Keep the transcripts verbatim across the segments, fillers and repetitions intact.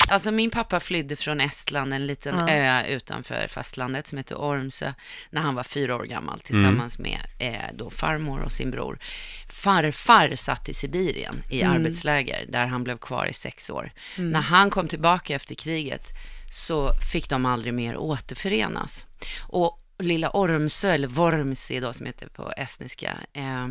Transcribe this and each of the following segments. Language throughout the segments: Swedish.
Alltså min pappa flydde från Estland, en liten Ja. ö utanför fastlandet som heter Ormsö, när han var fyra år gammal tillsammans med eh, då farmor och sin bror. Farfar satt i Sibirien i Mm. arbetsläger där han blev kvar i sex år. Mm. När han kom tillbaka efter kriget så fick de aldrig mer återförenas. Och lilla Ormsö, eller Vormsi då som heter på estniska, eh,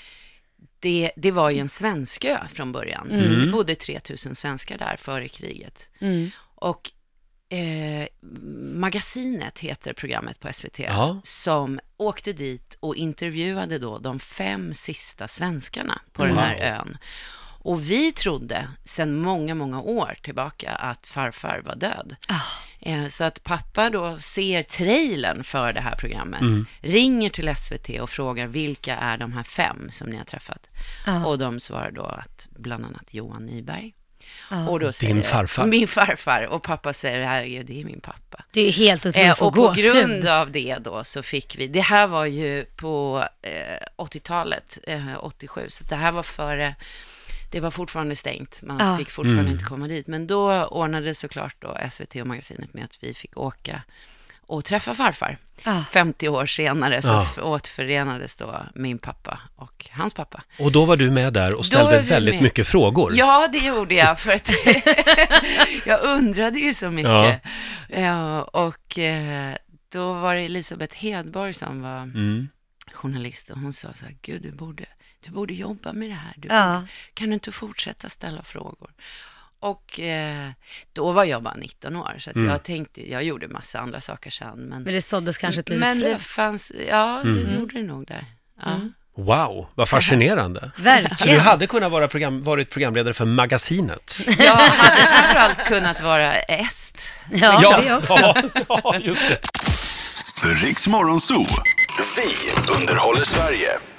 det, det var ju en svensk ö från början. Mm. Det bodde tre tusen svenskar där före kriget. Mm. Och eh, Magasinet heter programmet på S V T, Ja. som åkte dit och intervjuade då de fem sista svenskarna på Wow. den här ön. Och vi trodde sedan många, många år tillbaka att farfar var död. Ah. Eh, så att pappa då ser trailern för det här programmet, Mm. ringer till S V T och frågar vilka är de här fem som ni har träffat. Ah. Och de svarar då att bland annat Johan Nyberg. Ah. Och då säger, Din farfar. Min farfar. Och pappa säger, herregud, det är min pappa. Det är helt otroligt Eh, att få och på gåshud. grund av det då så fick vi, det här var ju på eh, åttiotalet, eh, åttiosju, så det här var före, det var fortfarande stängt, man Ah. fick fortfarande Mm. inte komma dit. Men då ordnade såklart då S V T och Magasinet med att vi fick åka och träffa farfar. Ah. femtio år senare så Ja. f- återförenades då min pappa och hans pappa. Och då var du med där och Då ställde var vi väldigt med. mycket frågor. Ja, det gjorde jag, för att jag undrade ju så mycket. Ja. Ja, och eh, då var det Elisabeth Hedborg som var Mm. journalist, och hon sa så här, gud, du borde, du borde jobba med det här. Du Ja. borde, kan du inte fortsätta ställa frågor? Och eh, då var jag bara nitton år, så att Mm. jag tänkte, jag gjorde massa andra saker sen. Men, Men det såddes kanske ett litet men frö. det fanns, ja, det Mm. gjorde det nog där. Ja. Mm. Wow, vad fascinerande. Så du Verkligen. hade kunnat vara program, varit programledare för Magasinet? Jag hade framförallt kunnat vara est. Ja, det också. Ja, ja, just det. Riks Morgonzoo. Vi underhåller Sverige.